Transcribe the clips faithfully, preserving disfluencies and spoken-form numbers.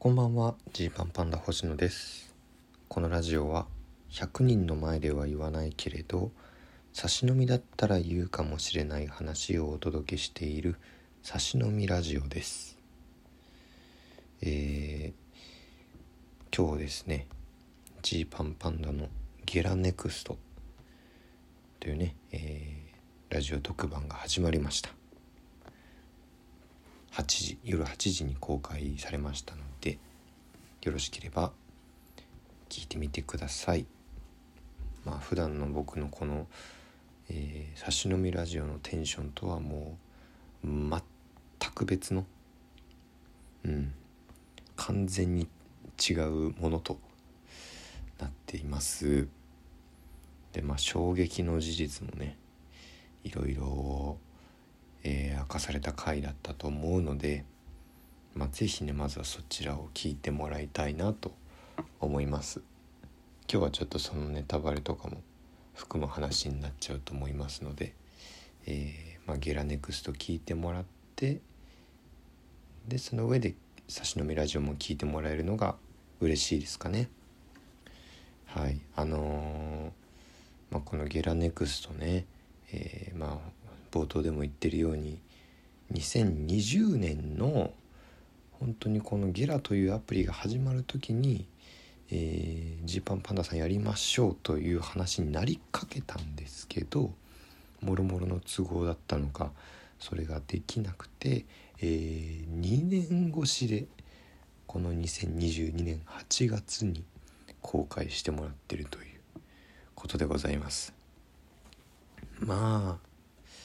こんばんは、ジーパンパンダ星野です。このラジオはひゃくにんの前では言わないけれど差し飲みだったら言うかもしれない話をお届けしている差し飲みラジオです。えー、今日ですね、ジーパンパンダのゲラネクストというね、えー、ラジオ特番が始まりました。はちじ夜はちじに公開されましたので、よろしければ聞いてみてください。まあ普段の僕のこの、えー、差し飲みラジオのテンションとはもう全く別の、うん、完全に違うものとなっています。で、まあ衝撃の事実もね、いろいろえー、明かされた回だったと思うので、まあ、ぜひねまずはそちらを聞いてもらいたいなと思います。今日はちょっとそのネタバレとかも含む話になっちゃうと思いますので、えーまあ、ゲラネクスト聞いてもらって、でその上で差し飲みラジオも聞いてもらえるのが嬉しいですかね。はい、あのーまあ、このゲラネクストね、えー、まあ冒頭でも言ってるようににせんにじゅうねんの本当にこのゲラというアプリが始まる時に、えー、ジーパンパンダさんやりましょうという話になりかけたんですけど、もろもろの都合だったのかそれができなくて、えー、にねん越しでこのにせんにじゅうにねんはちがつに公開してもらってるということでございます。まあ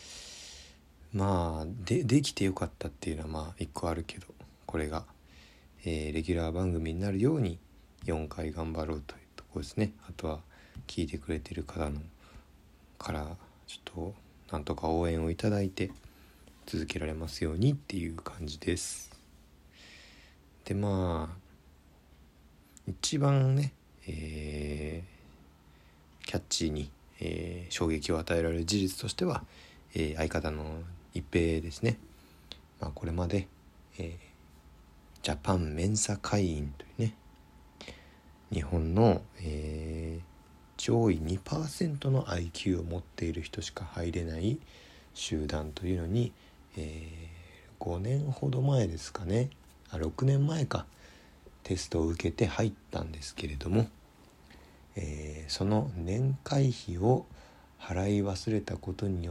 まあ で, できてよかったっていうのはまあ一個あるけど、これが、えー、レギュラー番組になるようによんかい頑張ろうというところですね。あとは聞いてくれてる方のからちょっとなんとか応援をいただいて続けられますようにっていう感じです。でまあ一番ね、えー、キャッチーに、えー、衝撃を与えられる事実としては、えー、相方の一平ですね。まあ、これまで、えー、ジャパンメンサ会員というね、日本の、えー、上位 にパーセント の アイキュー を持っている人しか入れない集団というのに、えー、ごねんほど前ですかね、あろくねんまえかテストを受けて入ったんですけれども、えー、その年会費を払い忘れたことによって、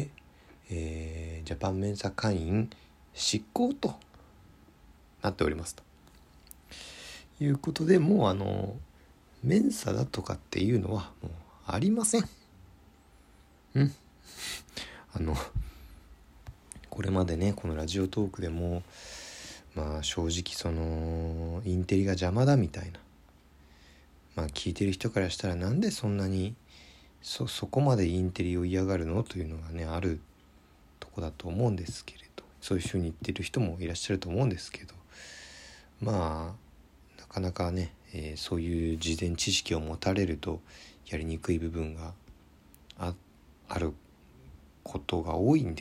えー、ジャパンメンサ会員失効となっておりますということで、もうあのメンサだとかっていうのはもうありません。うんあのこれまでねこのラジオトークでもまあ正直そのインテリが邪魔だみたいな、まあ聞いてる人からしたらなんでそんなにそ, そこまでインテリを嫌がるのというのがねあるとこだと思うんですけれど、そういうふうに言ってる人もいらっしゃると思うんですけど、まあなかなかね、えー、そういう事前知識を持たれるとやりにくい部分が あ, あることが多いんです。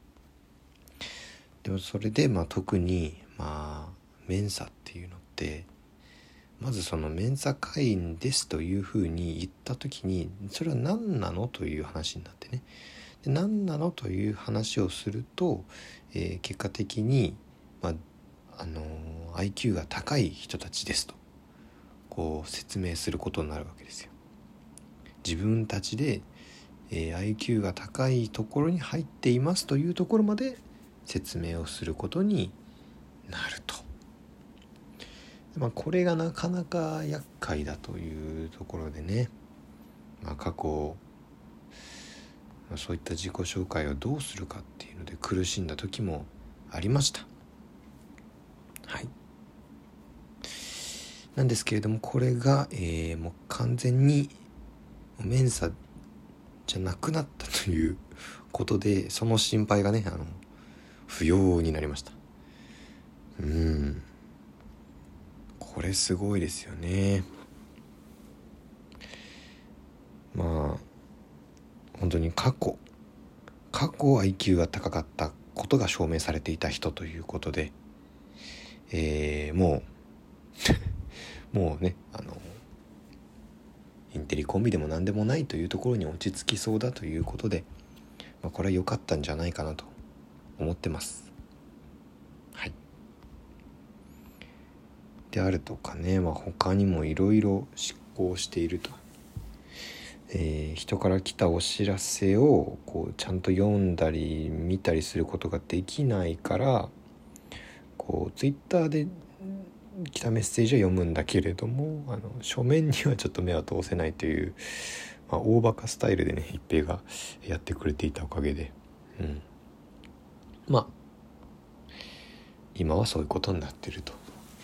でもそれでまあ特にまあメンサっていうのってまずそのメンサ会員ですというふうに言った時にそれは何なのという話になってね、で何なのという話をすると、えー、結果的に、まああのー、アイキュー が高い人たちですとこう説明することになるわけですよ。自分たちで、えー、アイキュー が高いところに入っていますというところまで説明をすることになると。まあ、これがなかなか厄介だというところでね、まあ、過去、まあ、そういった自己紹介をどうするかっていうので苦しんだ時もありました。はい。なんですけれどもこれが、えー、もう完全にメンサじゃなくなったということで、その心配がねあの不要になりました。うーんこれすごいですよね。まあ本当に過去過去 アイキュー が高かったことが証明されていた人ということで、えー、ももうねあのインテリコンビでも何でもないというところに落ち着きそうだということで、まあ、これは良かったんじゃないかなと思ってます。はい。であるとかね、まあ、他にもいろいろ執行していると、えー、人から来たお知らせをこうちゃんと読んだり見たりすることができないから、こうツイッターで来たメッセージは読むんだけれども、あの書面にはちょっと目は通せないという、まあ、大バカスタイルでね一平がやってくれていたおかげで、うん、まあ今はそういうことになってると。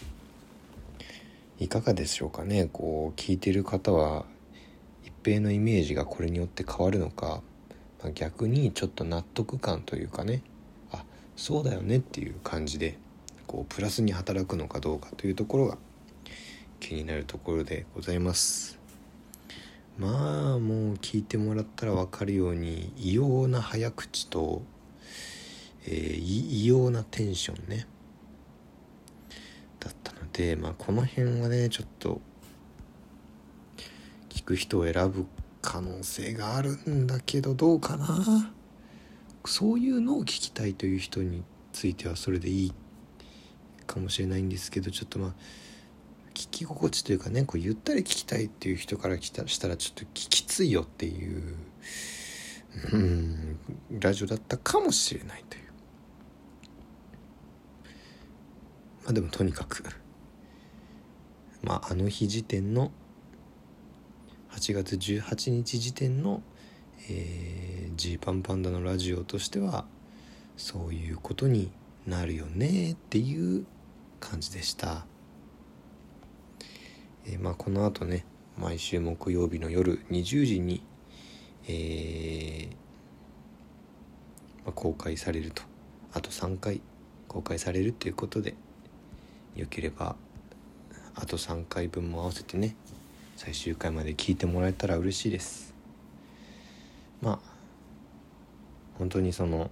いかがでしょうかね。こう聞いてる方は一平のイメージがこれによって変わるのか、まあ、逆にちょっと納得感というかね、あ、そうだよねっていう感じでこうプラスに働くのかどうかというところが気になるところでございます。まあもう聞いてもらったら分かるように異様な早口と、えー、異様なテンションねだったので、まあこの辺はねちょっと聞く人を選ぶ可能性があるんだけど、どうかな。そういうのを聞きたいという人についてはそれでいいかもしれないんですけど、ちょっとまあ聞き心地というかね、こうゆったり聞きたいっていう人から来たしたらちょっときついよっていううんラジオだったかもしれないという。まあでもとにかくまああの日時点のはちがつじゅうはちにち時点のえー、ジーパンパンダのラジオとしてはそういうことになるよねっていう感じでした。えー、まあこの後ね毎週木曜日の夜にじゅうじに、えーまあ、公開されると、あとさんかい公開されるということで、よければあとさんかいぶんも合わせてね最終回まで聞いてもらえたら嬉しいです。まあ本当にその、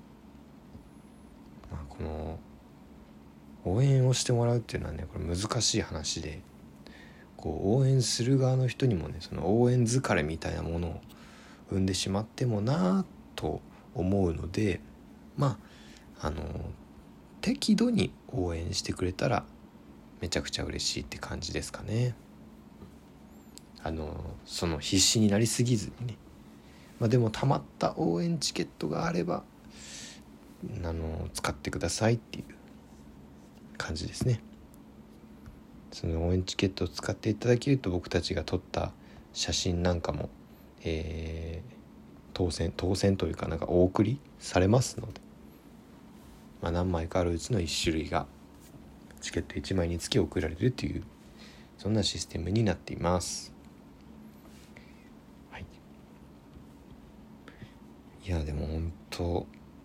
まあ、この応援をしてもらうっていうのはねこれ難しい話で、こう応援する側の人にもねその応援疲れみたいなものを生んでしまってもなと思うので、まああの適度に応援してくれたらめちゃくちゃ嬉しいって感じですかね。あのその必死になりすぎずにね、まあ、でもたまった応援チケットがあればあの使ってくださいっていう感じですね。その応援チケットを使っていただけると僕たちが撮った写真なんかも、えー、当選当選というかなんかお送りされますので、まあ、何枚かあるうちのいち種類がチケットいちまいにつき送られるというそんなシステムになっています。はい、いやでも本当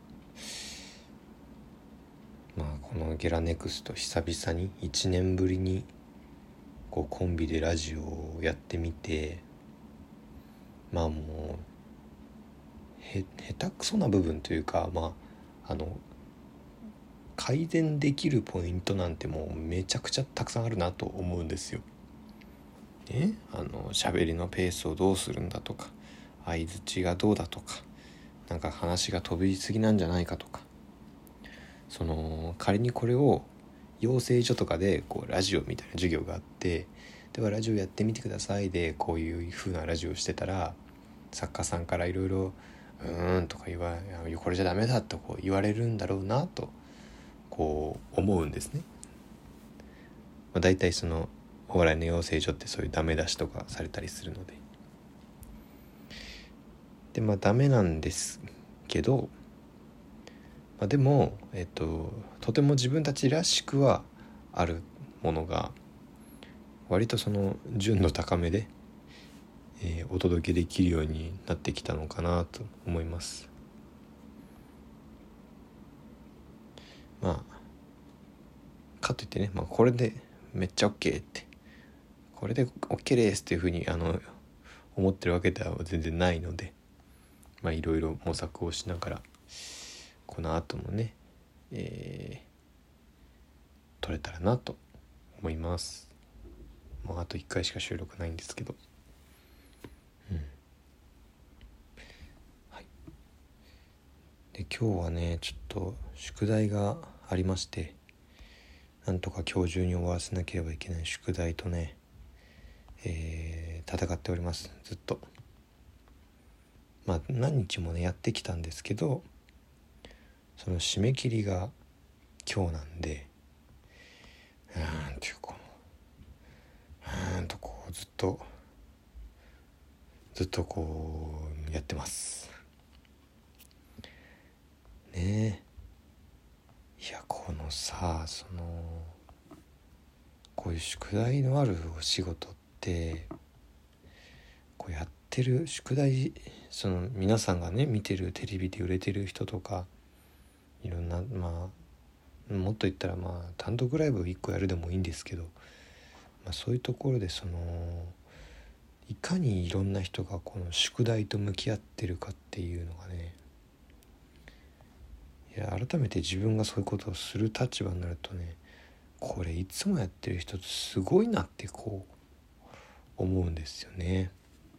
まあこのゲラネクスト久々にいちねんぶりにこうコンビでラジオをやってみて、まあもうへ下手くそな部分というか、まああの改善できるポイントなんてもうめちゃくちゃたくさんあるなと思うんですよ。ね、あの喋りのペースをどうするんだとか、相槌がどうだとか、なんか話が飛びすぎなんじゃないかとか、その仮にこれを養成所とかでこうラジオみたいな授業があって、ではラジオやってみてくださいでこういう風なラジオしてたら、作家さんからいろいろうーんとか言わこれじゃダメだとこう言われるんだろうなとこう思うんですね。まあ、大体そのお笑いの養成所ってそういうダメ出しとかされたりするので、でまあダメなんですけど、まあ、でもえっととても自分たちらしくはあるものが割とその純度高めで、えー、お届けできるようになってきたのかなと思います。まあかといってね、まあ、これでめっちゃ OK ってこれで OK ですっていうふうにあの思ってるわけでは全然ないので、まあいろいろ模索をしながらこの後もね、えー、撮れたらなと思います。 もうあといっかいしか収録ないんですけど、うんはい、で今日はねちょっと宿題がありまして、なんとか今日中に終わらせなければいけない宿題とね、えー、戦っております。ずっとまあ何日もねやってきたんですけど、その締め切りが今日なんで、うーんというこのうーんとこうずっとずっとこうやってますね。えいやこのさそのこういう宿題のあるお仕事ってこうやってる宿題、その皆さんがね見てるテレビで売れてる人とかいろんな、まあもっと言ったらまあ単独ライブいっこやるでもいいんですけど、まあ、そういうところでそのいかにいろんな人がこの宿題と向き合ってるかっていうのがね、いや改めて自分がそういうことをする立場になるとね、これいつもやってる人ってすごいなってこう思うんですよね。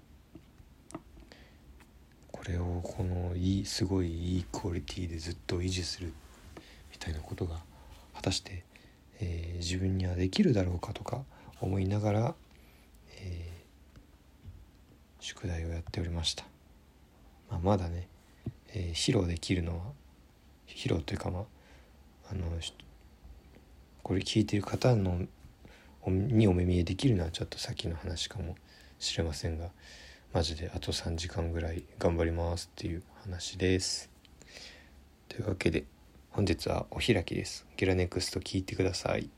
これをこのいいすごいいいクオリティでずっと維持するみたいなことが果たして、えー、自分にはできるだろうかとか思いながら、えー、宿題をやっておりました。まあ、まだね、えー、披露できるのは披露というかまああのこれ聞いている方のにお目見えできるのはちょっと先の話かもしれませんが、マジであとさんじかんぐらい頑張りますっていう話です。というわけで本日はお開きです。ゲラネクスト聞いてください。